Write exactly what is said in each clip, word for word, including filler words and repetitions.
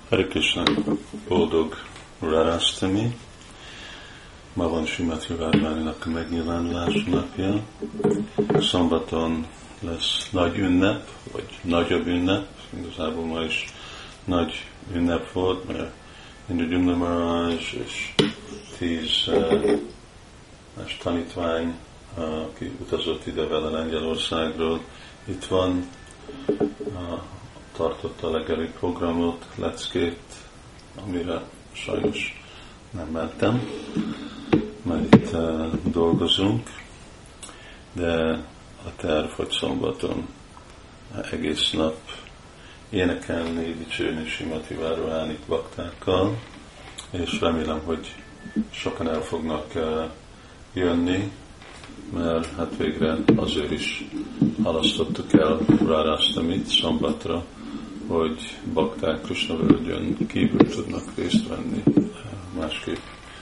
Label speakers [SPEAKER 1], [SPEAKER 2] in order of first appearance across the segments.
[SPEAKER 1] Hare Krishna, boldog Radhastami. Ma van Srimati Radharaninak a megnyilvánulás napja. Szombaton lesz nagy ünnep, vagy nagyobb ünnep. Igazából ma is nagy ünnep volt, mert Indra Maharaj és tíz uh, tanítvány, uh, aki utazott ide vele Lengyelországról, itt van, uh, tartotta a reggeli programot, leckét, amire sajnos nem mentem, mert itt uh, dolgozunk, de a terv, hogy szombaton egész nap énekelni, dicsérni Srimati Radharani baktákkal, és remélem, hogy sokan el fognak uh, jönni, mert hát végre azért is halasztottuk el Radhastamit szombatra, hogy bakták Krishna völgyön kívül tudnak részt venni. Másképp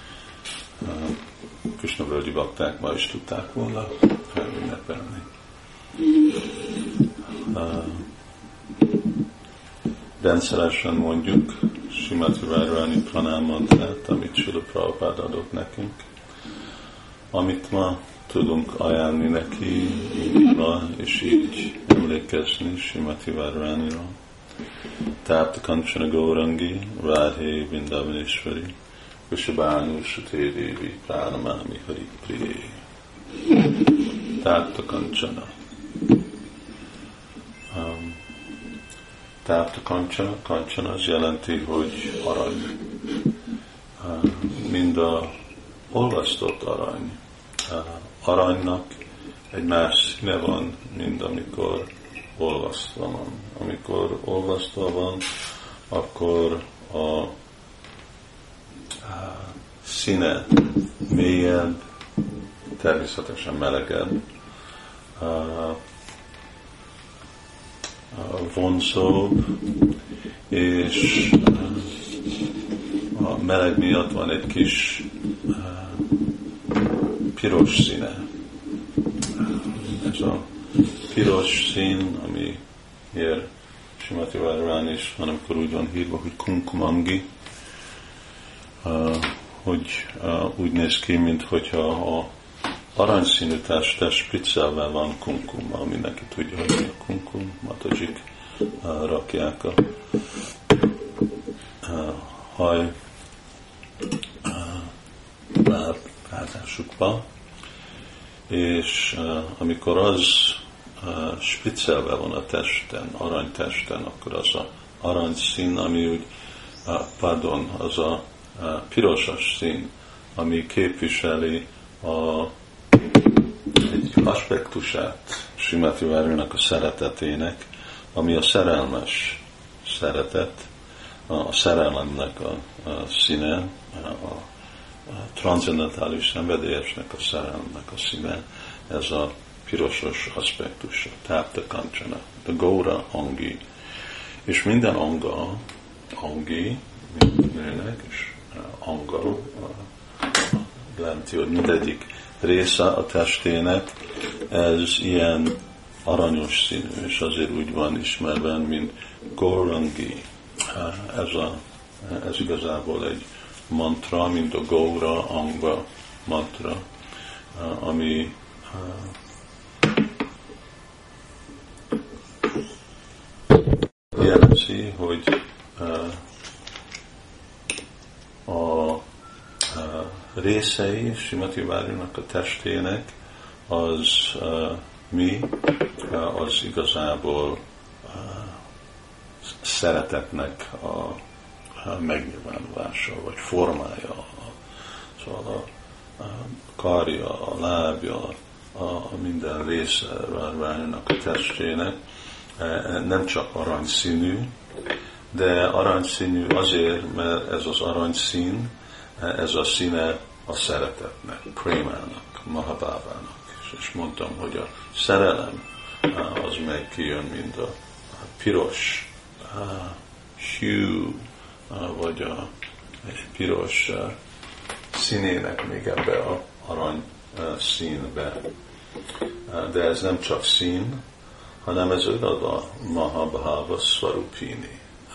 [SPEAKER 1] Krishna völgyi bakták ma is tudták volna felünnepelni. Rendszeresen mondjuk Srimati Radharani pranámantrát, amit Srila Prabhupád adott nekünk, amit ma tudunk ajánlni neki, így ma, és így emlékezni Srimati Radharanira. Tápta Kancsana Gaurangi, Radhe Vrindavaneshwari, Vishabhanu Sute Devi, Pranamami Hari Priye. Tápta Kancsana. Um, Tápta Kancsana, Kancsana az jelenti, hogy arany. Uh, mind a olvasztott arany. Uh, aranynak egy más színe van, mint amikor olvasztva van. Amikor olvasztva van, akkor a, a színe mélyebb, természetesen melegebb, a, a vonzóbb, és a meleg miatt van egy kis a, piros színe. Ez a piros szín, ami ér Srimati Radharani is van, amikor úgy van hívva, hogy kunkumangi, uh, hogy uh, úgy néz ki, minthogyha a aranyszínű testes spriccelve van kunkummal. Mindenki tudja, hogy mi a kunkum, matajik uh, rakják a uh, haj uh, rázásukba, és uh, amikor az uh, spriccelve van a testen, aranytesten, akkor az a aranyszín, ami úgy, uh, pardon, az a uh, pirosas szín, ami képviseli a, egy aspektusát Srimati Radharaninak a szeretetének, ami a szerelmes szeretet, a szerelemnek a, a színe, a a transzendentális szenvedélyesnek a szerelemnek a színe, ez a pirosos aspektusa, Tápta Kancsana, the Gaura Angi. És minden anga, Angi, mint nőnek, és anga, jelenti, hogy mindegyik része a testének, ez ilyen aranyos színű, és azért úgy van ismerve, mint Gaurangi. Ez, a, ez igazából egy mantra, mint a Gaura Anga mantra, ami jelenti, hogy a részei Srimati Radharaninak a testének az mi, az igazából szeretetnek a megnyilvánulása, vagy formája, szóval a, a karja, a lábja, a, a minden része Radharaninak a testének nem csak aranyszínű, de aranyszínű azért, mert ez az aranyszín, ez a színe a szeretetnek, prémának, mahabávának. És, és mondtam, hogy a szerelem az meg kijön, mint a, a piros a hue, vagy a egy piros színének még ebbe a arany színbe. De ez nem csak szín, hanem ez a Mahabhava Svarupini.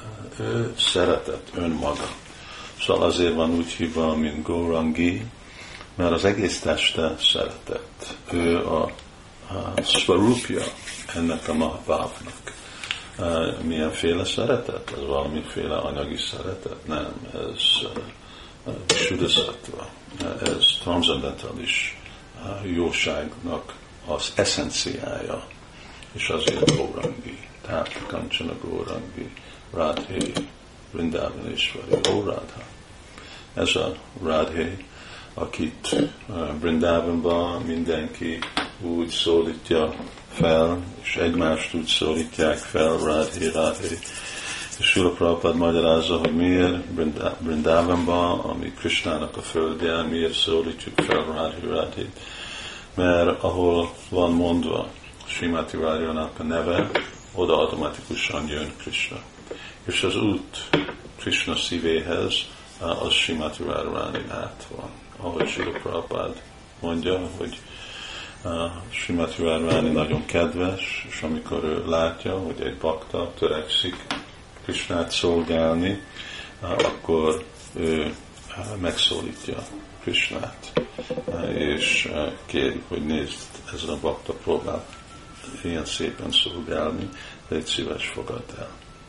[SPEAKER 1] ő szeretet önmaga. Szóval azért van úgy hívva, mint Gaurangi, mert az egész teste szeretett. Ő a, a svarupja ennek a Mahabhavnak. Milyenféle szeretet? Ez valamiféle anyagi szeretet? Nem, ez Suddhasattva. Ez transzendentális jóságnak az eszenciája, és azért Gaurangi. Tehát Kancsana Gaurangi, Radhe, Vrindavaneshwari, Ó Radha. Ez a Radhe, akit Vrindavanban mindenki úgy szólítja fel, és egymást úgy szólítják fel, Radhe, Radhe. És Srila Prabhupada magyarázza, hogy miért Vrindavanban, ami Krishnának a földje, miért szólítjuk fel Radhe, Radhe. Mert ahol van mondva Srimati Várjának a neve, oda automatikusan jön Krishna. És az út Krishna szívéhez az Srimati Várjáni át van. Ahogy Srila Prabhupada mondja, hogy Srimati Várjáni nagyon kedves, és amikor ő látja, hogy egy bakta törekszik Krishnát szolgálni, akkor ő megszólítja Krishnát, és kéri, hogy nézd, ezen a bakta próbál ilyen szépen szolgálni, de egy szíves fogadd el.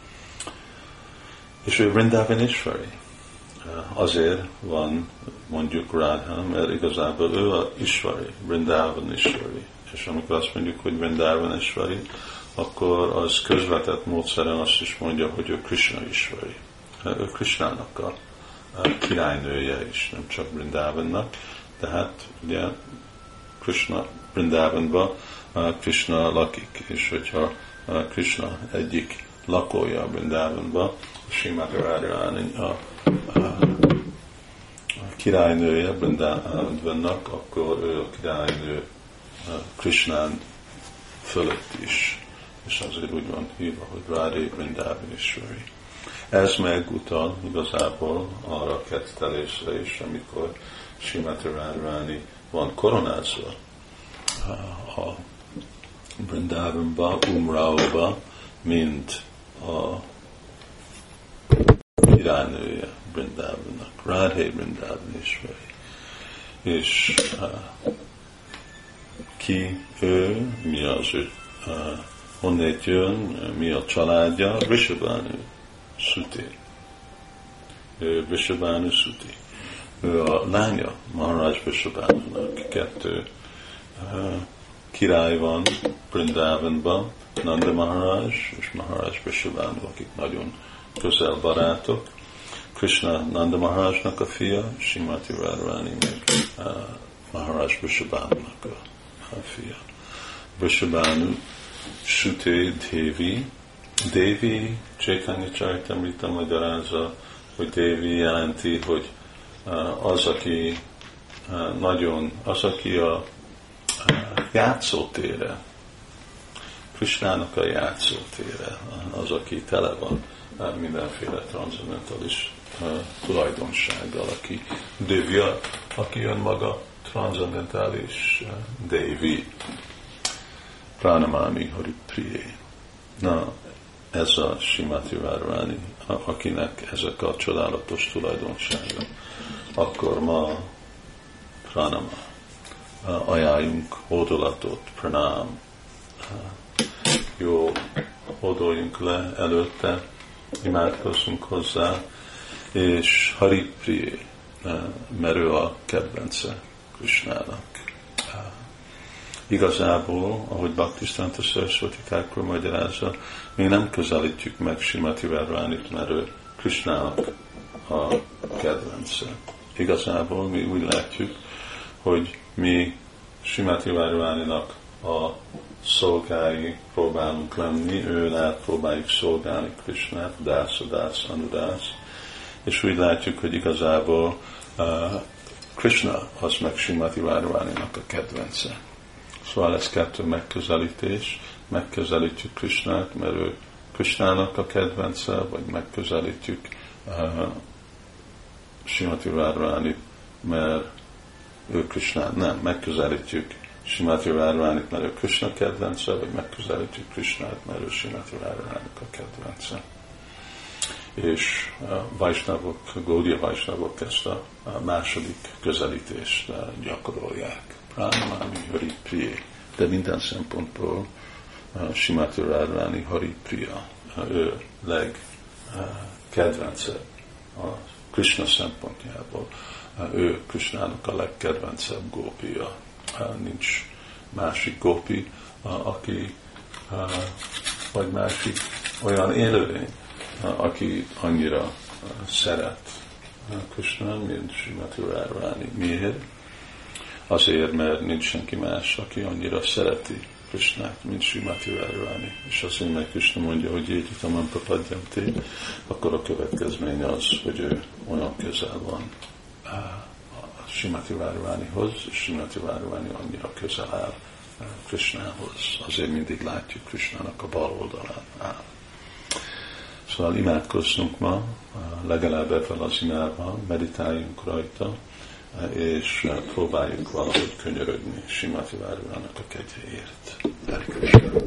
[SPEAKER 1] És ő Vrindavaneshwari. Azért van mondjuk Radha, mert igazából ő a Ishwari, Vrindavaneshwari. És amikor azt mondjuk, hogy Vrindavaneshwari, akkor az közvetett módszeren azt is mondja, hogy ő Krishna Ishwari. Ő Krishnának a királynője is, nem csak Vrindavannak. Tehát ugye Krishna Vrindavanban Krishna lakik, és hogyha Krishna egyik lakója Vrindavanban, Srimati Radharani a, a, a királynője Vrindavannak, akkor ő a királynő Krishnán fölött is. És azért úgy van hívva, hogy Radhe Vrindavaneshwari. Ez megutal igazából arra a kettelésre is, amikor Srimati Radharani van koronázva a Vrindavanba, Umraóba, mint a királynője Vrindavannak, Radhe Vrindavaneshwari. És uh, ki ő, mi az ő, uh, honnét jön, mi a családja, Vrishabhanu Suti. Ő Vrishabhanu Suti. Ő a lánya Maharaj Vrishabhanunak. Kettő uh, király van Vrindavanban, Nanda Maharaj és Maharaj Vrishabhanu, akik nagyon közel barátok. Krishna Nanda Maharajnak a fia, Srimati Radharani meg uh, Maharaj Vrishabhanunak a, a fia. Vrishabhanu Suti Devi. Devi, Chaitanya Charitamrita magyarázza, hogy Devi jelenti, hogy uh, az, aki uh, nagyon, az, aki a uh, játszótére, Krishnának a játszótére, az, aki tele van uh, mindenféle transzendentális uh, tulajdonsággal, aki Devya, aki önmaga transzendentális uh, Devi. Pranamami Haripriye. Na, ez a Srimati Radharani, akinek ezek a csodálatos tulajdonsága. Akkor ma pranama, ajánljunk hódolatot, pranám, jó, hódoljunk le előtte, imádkozzunk hozzá, és Haripriye, mert ő a kedvence Krishnának. Igazából, ahogy Bhaktisiddhanta Saraswati Thakur magyarázza, mi nem közelítjük meg Srimati Radharanit, mert ő Krishnának a kedvence. Igazából mi úgy látjuk, hogy mi Srimati Radharaninak a szolgái próbálunk lenni, őn át próbáljuk szolgálni Krishnát, Dása, Dása, Anudása, és úgy látjuk, hogy igazából uh, Krishna az meg Srimati Radharaninak a kedvence. Szóval ez kettő megközelítés, megközelítjük Krishnát, mert ő Krishnának a kedvence, vagy megközelítjük uh, Srimati Radharanit, mert ő Krishnát, nem, megközelítjük Srimati Radharanit, mert ő Krishna kedvence, vagy megközelítjük Krishnát, mert ő Srimati Radharanit a kedvence. és Vajsnavok, Gaudiya Vajsnavok ezt a második közelítést gyakorolják. Pranamami Hari Priya. De minden szempontból Srimati Radharani Hari Priya, ő legkedvencebb a Krishna szempontjából. Ő Krishnának a legkedvencebb gópia. Nincs másik gópi, aki, vagy másik olyan élőlény, aki annyira szeret Krishna, mint Srimati Radharani. Miért? Azért, mert nincs senki más, aki annyira szereti Krishnát, mint Srimati Radharani. És azért, mert Krishna mondja, hogy Jégyutamam Prapadjanti, akkor a következmény az, hogy ő olyan közel van a Srimati Radharanihoz, és Srimati Radharani annyira közel áll Krishnához. Azért mindig látjuk Krishnának a bal oldalán áll. Szóval imádkozzunk ma, legalább ebben az imádban, meditáljunk rajta, és próbáljuk valahogy könyörögni Srimati Radharaninak a kegyéért.